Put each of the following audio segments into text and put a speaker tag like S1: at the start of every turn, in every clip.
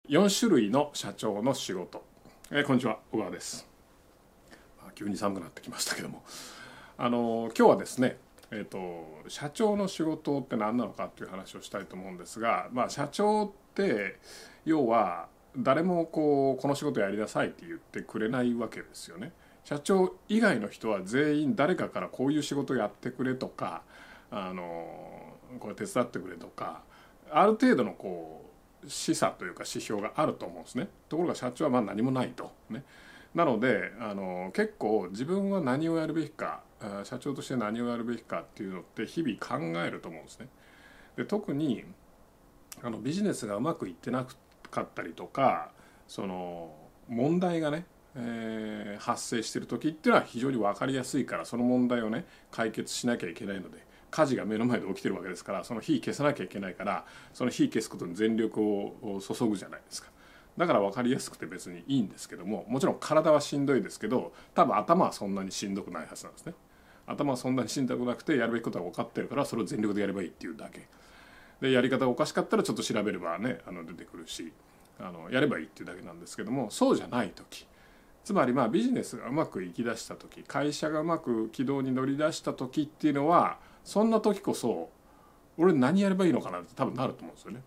S1: 4種類の社長の仕事。こんにちは、小川です。急に寒くなってきましたけども、今日はですね、社長の仕事って何なのかっていう話をしたいと思うんですが、社長って要は誰もこの仕事やりなさいって言ってくれないわけですよね。社長以外の人は全員誰かからこういう仕事やってくれとか、これ手伝ってくれとか、ある程度の示唆というか指標があると思うんですね。ところが社長は何もないとね。なので結構自分は何をやるべきか、社長として何をやるべきかっていうのって日々考えると思うんですね。で特にビジネスがうまくいってなかったりとか、その問題がね、発生している時っていうのは非常に分かりやすいから、その問題をね解決しなきゃいけないので、火事が目の前で起きてるわけですから、その火消さなきゃいけないから、その火消すことに全力を注ぐじゃないですか。だから分かりやすくて別にいいんですけども、もちろん体はしんどいですけど、多分頭はそんなにしんどくないはずなんですね。頭はそんなにしんどくなくて、やるべきことは分かってるから、それを全力でやればいいっていうだけで、やり方がおかしかったらちょっと調べればね出てくるし、やればいいっていうだけなんですけども、そうじゃない時、つまりビジネスがうまくいきだした時、会社がうまく軌道に乗り出した時っていうのは、そんな時こそ俺何やればいいのかなって多分なると思うんですよね。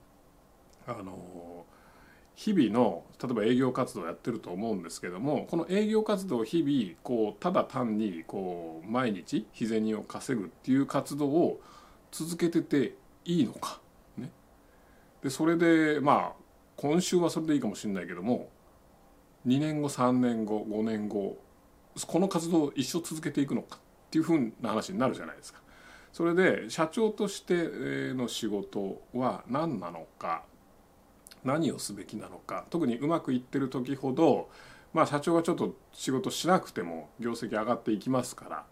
S1: 日々の例えば営業活動をやってると思うんですけども、この営業活動を日々ただ単に毎日日銭を稼ぐっていう活動を続けてていいのかね。でそれで今週はそれでいいかもしれないけども、2年後3年後5年後この活動を一生続けていくのかっていうふうな話になるじゃないですか。それで社長としての仕事は何なのか、何をすべきなのか。特にうまくいってる時ほど、社長がちょっと仕事しなくても業績上がっていきますから、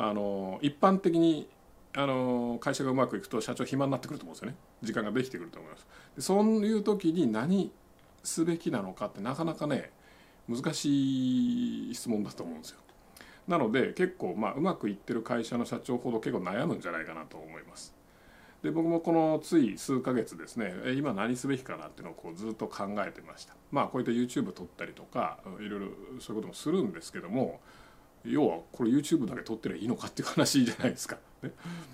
S1: 一般的に会社がうまくいくと社長暇になってくると思うんですよね。時間ができてくると思います。でそういう時に何すべきなのかってなかなかね難しい質問だと思うんですよ。なので結構うまくいってる会社の社長ほど結構悩むんじゃないかなと思います。で僕もこのつい数ヶ月ですね、今何すべきかなっていうのをずっと考えてました。こういった YouTube 撮ったりとかいろいろそういうこともするんですけども、要はこれ YouTube だけ撮ってりゃいいのかっていう話じゃないですか。ね、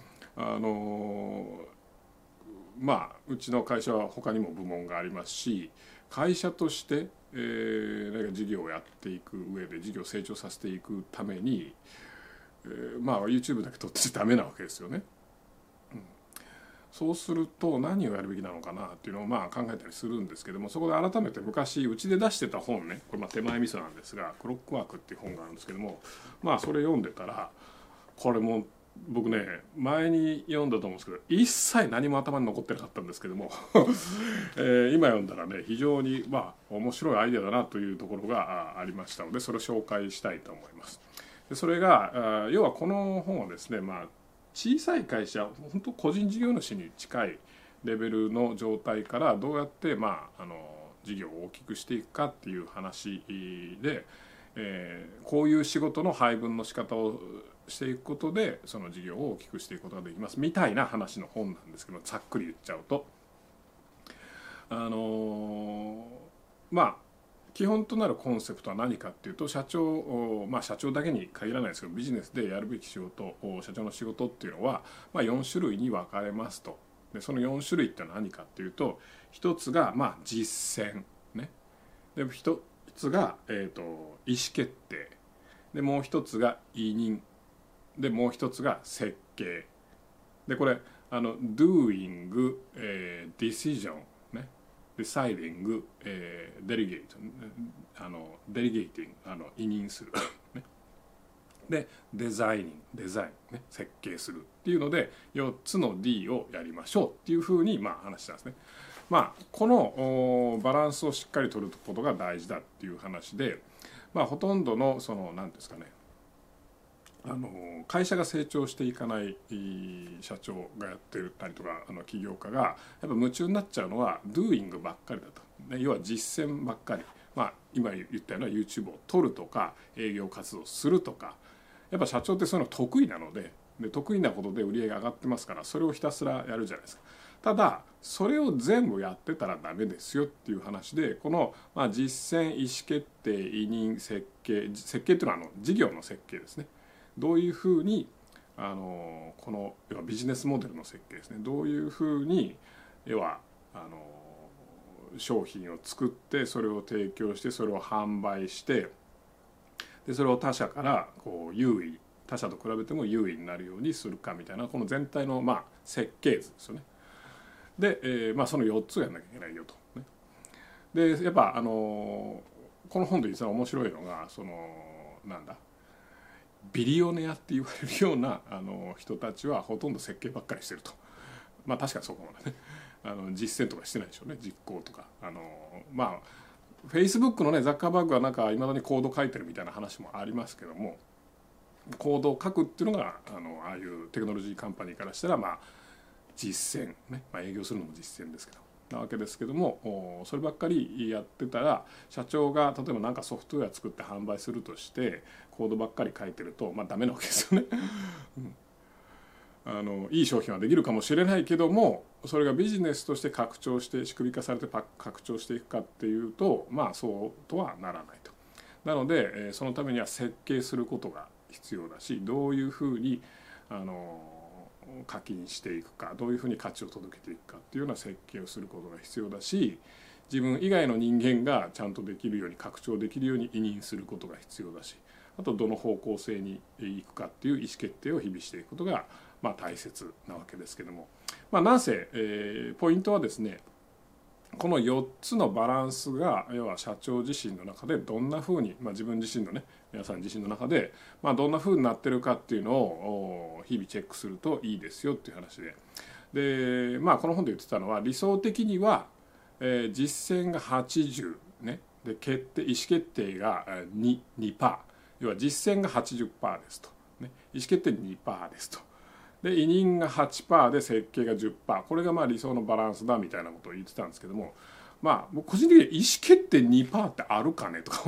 S1: うちの会社は他にも部門がありますし、会社として、何か事業をやっていく上で事業を成長させていくために、YouTube だけ撮ってちゃダメなわけですよね。そうすると何をやるべきなのかなっていうのを考えたりするんですけども、そこで改めて昔うちで出してた本ね、これ手前味噌なんですが、クロックワークっていう本があるんですけども、それ読んでたら、これも僕ね前に読んだと思うんですけど、一切何も頭に残ってなかったんですけども今読んだらね非常に面白いアイデアだなというところがありましたので、それを紹介したいと思います。でそれが要はこの本はですね、小さい会社、本当個人事業主に近いレベルの状態からどうやって事業を大きくしていくかっていう話で、こういう仕事の配分の仕方をしていくことでその事業を大きくしていくことができますみたいな話の本なんですけど、ざっくり言っちゃうと基本となるコンセプトは何かっていうと、社長だけに限らないですけど、ビジネスでやるべき仕事、社長の仕事っていうのは4種類に分かれますと。でその4種類ってのは何かっていうと、一つが実践ね。で一つが、意思決定で、もう一つが委任で、もう一つが設計で、これdoing、decision ね、deciding、delegate、delegating、委任するね、でデザイン、ね、設計するっていうので4つの D をやりましょうっていうふうに話したんですね。このバランスをしっかり取ることが大事だっていう話で、ほとんどの何ですかね、会社が成長していかない社長がやってたりとか起業家がやっぱ夢中になっちゃうのは doing ばっかりだと、要は実践ばっかり、今言ったような YouTube を撮るとか営業活動するとか、やっぱ社長ってそういうの得意なので、得意なことで売り上げが上がってますから、それをひたすらやるじゃないですか。ただそれを全部やってたらダメですよっていう話で、この、実践、意思決定、委任、設計っていうのは事業の設計ですね。どういうふうにこの要はビジネスモデルの設計ですね。どういうふうに要は商品を作ってそれを提供してそれを販売してでそれを他社からこう他社と比べても優位になるようにするかみたいなこの全体の設計図ですよね。で、その4つをやらなきゃいけないよと。でやっぱこの本で実は面白いのがなんだビリオネアって言われるような人たちはほとんど設計ばっかりしてると。確かにそうかもね。実践とかしてないでしょうね。実行とかフェイスブックのねザッカーバーグはなんかいまだにコード書いてるみたいな話もありますけども、コードを書くっていうのがああいうテクノロジーカンパニーからしたら実践ね、営業するのも実践ですけどなわけですけども、そればっかりやってたら社長が例えば何かソフトウェア作って販売するとしてコードばっかり書いてるとダメなわけですよね。いい商品はできるかもしれないけどもそれがビジネスとして拡張して仕組み化されて拡張していくかっていうとそうとはならないと。なのでそのためには設計することが必要だし、どういうふうに課金していくか、どういうふうに価値を届けていくかっていうような設計をすることが必要だし、自分以外の人間がちゃんとできるように拡張できるように委任することが必要だし、あとどの方向性にいくかっていう意思決定を日々していくことが大切なわけですけども、なんせ、ポイントはですね、この4つのバランスが要は社長自身の中でどんなふうに、自分自身のね皆さん自身の中で、どんなふうになってるかっていうのを日々チェックするといいですよっていう話で、この本で言ってたのは理想的には、実践が80ねで意思決定が 2%、 要は実践が 80% ですと、ね、意思決定 2% ですと。で委任が 8% で設計が 10%、 これが理想のバランスだみたいなことを言ってたんですけども、個人的に意思決定 2% ってあるかねとか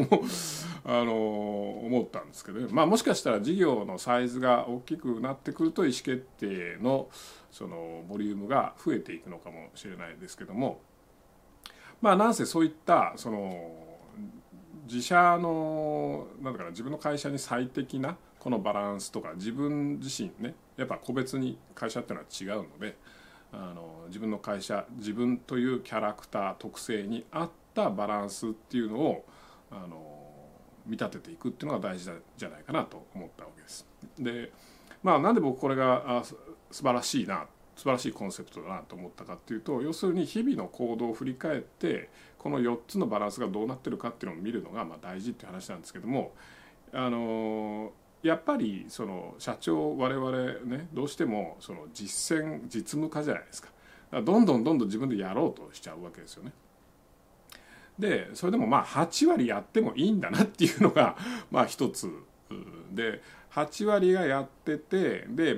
S1: 思ったんですけど、もしかしたら事業のサイズが大きくなってくると意思決定のそのボリュームが増えていくのかもしれないですけども、なんせそういった自社の自分の会社に最適なこのバランスとか自分自身ねやっぱ個別に会社っていうのは違うので自分の会社自分というキャラクター特性に合ったバランスっていうのを見立てていくっていうのが大事じゃないかなと思ったわけです。でなんで僕これが素晴らしいコンセプトだなと思ったかっていうと、要するに日々の行動を振り返ってこの4つのバランスがどうなってるかっていうのを見るのが大事っていう話なんですけども、やっぱりその社長我々ねどうしてもその実務家じゃないですか。だからどんどん自分でやろうとしちゃうわけですよね。でそれでも8割やってもいいんだなっていうのが一つで、8割がやっててで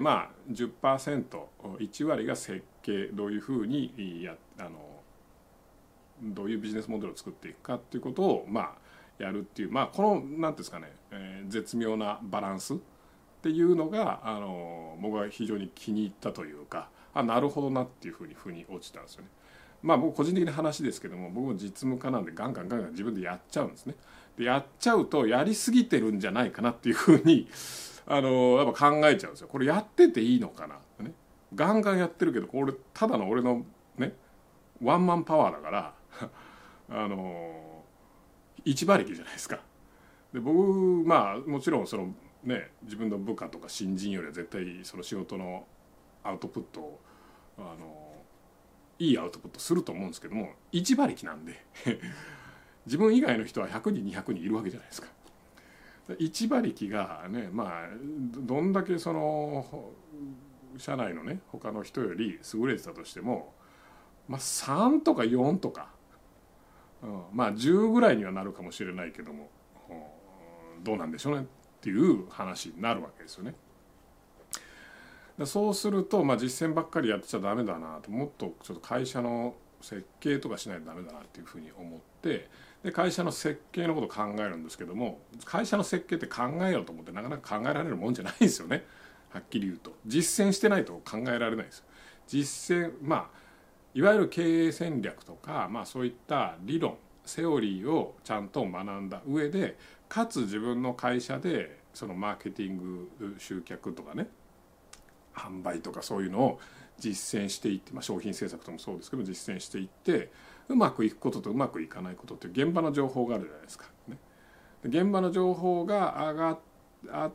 S1: 10%1 割が設計、どういうふうにどういうビジネスモデルを作っていくかっていうことをやるっていうこの何ていうんですかね、絶妙なバランスっていうのが僕は非常に気に入ったというか、なるほどなっていうふうに落ちたんですよね。僕個人的な話ですけども、僕も実務家なんでガンガン自分でやっちゃうんですね。でやっちゃうとやりすぎてるんじゃないかなっていうふうにやっぱ考えちゃうんですよ。これやってていいのかなってね。ガンガンやってるけどこれただの俺のねワンマンパワーだから一馬力じゃないですか。で僕もちろんそのね自分の部下とか新人よりは絶対その仕事のアウトプットをいいアウトプットすると思うんですけども、一馬力なんで自分以外の人は100人200人いるわけじゃないですか。一馬力がねどんだけその社内のね他の人より優れてたとしても3とか4とか、10ぐらいにはなるかもしれないけどもどうなんでしょうねっていう話になるわけですよね。そうすると実践ばっかりやってちゃダメだなと、もっとちょっと会社の設計とかしないとダメだなっていうふうに思って、で会社の設計のことを考えるんですけども、会社の設計って考えようと思ってなかなか考えられるもんじゃないんですよね。はっきり言うと実践してないと考えられないですよ。実践いわゆる経営戦略とか、そういった理論セオリーをちゃんと学んだ上で、かつ自分の会社でそのマーケティング集客とかね、販売とかそういうのを実践していって、商品制作ともそうですけど実践していって、うまくいくこととうまくいかないことっていう現場の情報があるじゃないですか、ね、で現場の情報があって、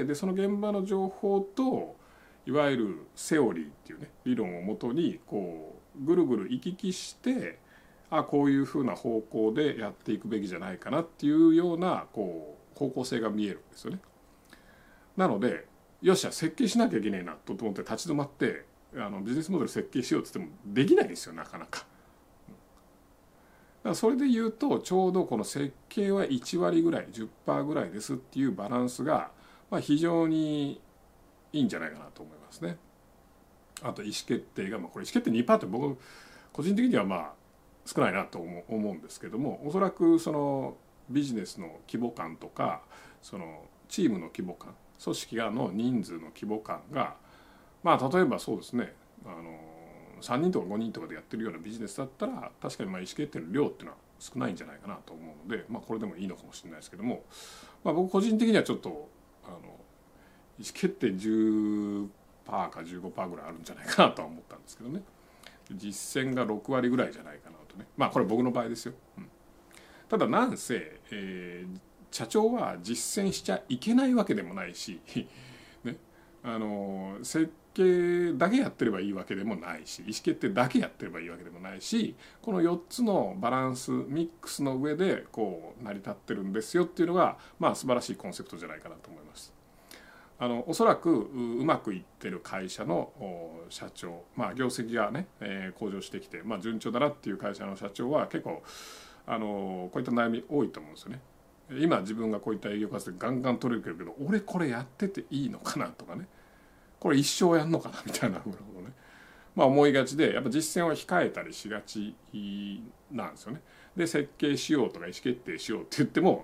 S1: でその現場の情報といわゆるセオリーっていうね理論をもとにこうぐるぐる行き来して、こういうふうな方向でやっていくべきじゃないかなっていうようなこう方向性が見えるんですよね。なのでよっしゃ設計しなきゃいけないなと思って立ち止まってビジネスモデル設計しようって言ってもできないんですよ、なかなか。だからそれで言うとちょうどこの設計は1割ぐらい 10% ぐらいですっていうバランスが非常にいいんじゃないかなと思いますね。あと意思決定がこれ意思決定 2% って僕個人的には少ないなと思うんですけども、おそらくそのビジネスの規模感とかそのチームの規模感、組織の人数の規模感が例えばそうですね、3人とか5人とかでやってるようなビジネスだったら確かに意思決定の量っていうのは少ないんじゃないかなと思うので、これでもいいのかもしれないですけども、僕個人的にはちょっと意思決定10%か15%ぐらいあるんじゃないかなとは思ったんですけどね。実践が6割ぐらいじゃないかなとね。これ僕の場合ですよ。ただなんせ、社長は実践しちゃいけないわけでもないし、ね、設計だけやってればいいわけでもないし、意思決定だけやってればいいわけでもないし、この4つのバランスミックスの上でこう成り立ってるんですよっていうのが素晴らしいコンセプトじゃないかなと思います。おそらくうまくいってる会社の社長、業績がね、向上してきて、順調だなっていう会社の社長は結構こういった悩み多いと思うんですよね。今自分がこういった営業活動でガンガン取れるけど、俺これやってていいのかなとかね、これ一生やんのかなみたいなふうなことね、思いがちで、やっぱ実践を控えたりしがちなんですよね。で設計しようとか意思決定しようって言っても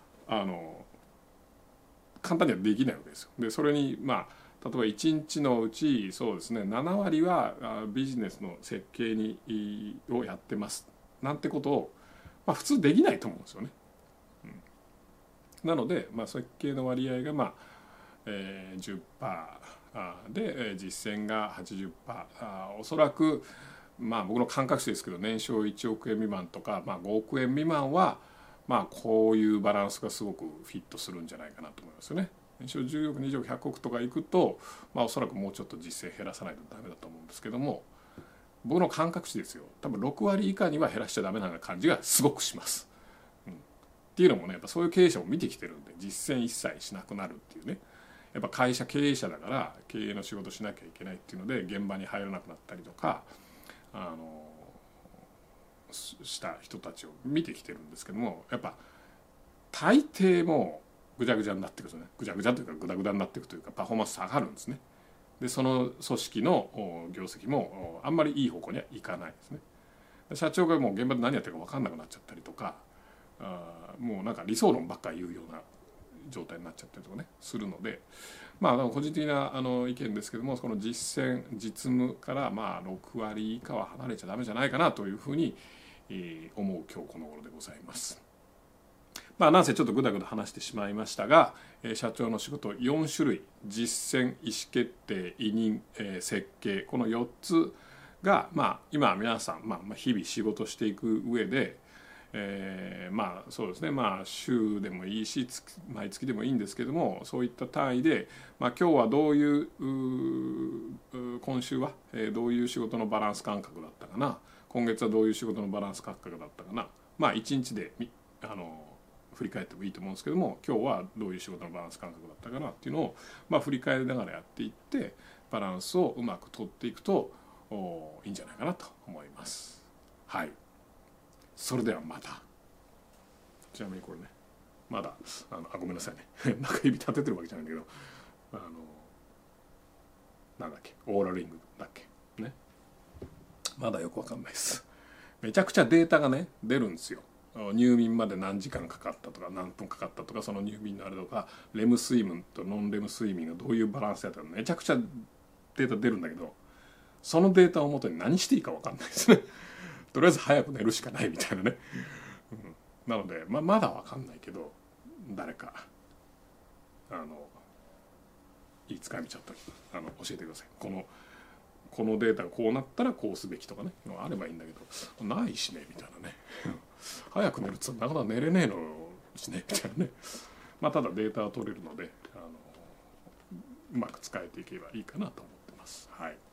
S1: 簡単にはできないわけですよ。でそれに例えば1日のうちそうですね7割はビジネスの設計をやってますなんてことを、普通できないと思うんですよね。なので、設計の割合が10%で実践が80%、おそらく僕の感覚値ですけど年商1億円未満とか、5億円未満はこういうバランスがすごくフィットするんじゃないかなと思いますよね。年商10億20億100億とかいくと、おそらくもうちょっと実践減らさないとダメだと思うんですけども、僕の感覚値ですよ、多分6割以下には減らしちゃダメな感じがすごくします。っていうのもね、やっぱそういう経営者を見てきてるんで、実践一切しなくなるっていうね、やっぱ会社経営者だから経営の仕事しなきゃいけないっていうので現場に入らなくなったりとかした人たちを見てきてるんですけども、やっぱ大抵もうぐちゃぐちゃになっていくとね、ぐちゃぐちゃというかぐだぐだになっていくというかパフォーマンス下がるんですね。でその組織の業績もあんまりいい方向にはいかないですね。社長がもう現場で何やってるか分かんなくなっちゃったりとか、もうなんか理想論ばっかり言うような状態になっちゃったりとかねするので、個人的な意見ですけども、その実践実務から6割以下は離れちゃダメじゃないかなというふうに思う今日この頃でございます。なんせちょっとぐだぐだ話してしまいましたが、社長の仕事4種類、実践、意思決定、委任、設計、この4つが今皆さん日々仕事していく上でそうですね、週でもいいし毎月でもいいんですけども、そういった単位で、今日はどういう今週はどういう仕事のバランス感覚だったかな、今月はどういう仕事のバランス感覚だったかな、1日で振り返ってもいいと思うんですけども、今日はどういう仕事のバランス感覚だったかなっていうのを振り返りながらやっていってバランスをうまく取っていくといいんじゃないかなと思います。はい、それではまた。ちなみにこれね、まだごめんなさいね中指立ててるわけじゃないんだけど、なんだっけ、オーラリングだっけね、まだよくわかんないです。めちゃくちゃデータがね出るんですよ。入眠まで何時間かかったとか何分かかったとか、その入眠のあれとかレム睡眠とノンレム睡眠がどういうバランスやったかめちゃくちゃデータ出るんだけど、 そのデータをもとに何していいか分かんないですね。とりあえず早く寝るしかないみたいなね、なので、まだ分かんないけど、誰かいい使い道あったら教えてください。このデータがこうなったらこうすべきとかねあればいいんだけど、ないしねみたいなね早く寝るっつったらなかなか寝れねえのしねみたいなね。ただデータは取れるのでうまく使えていけばいいかなと思ってます。はい。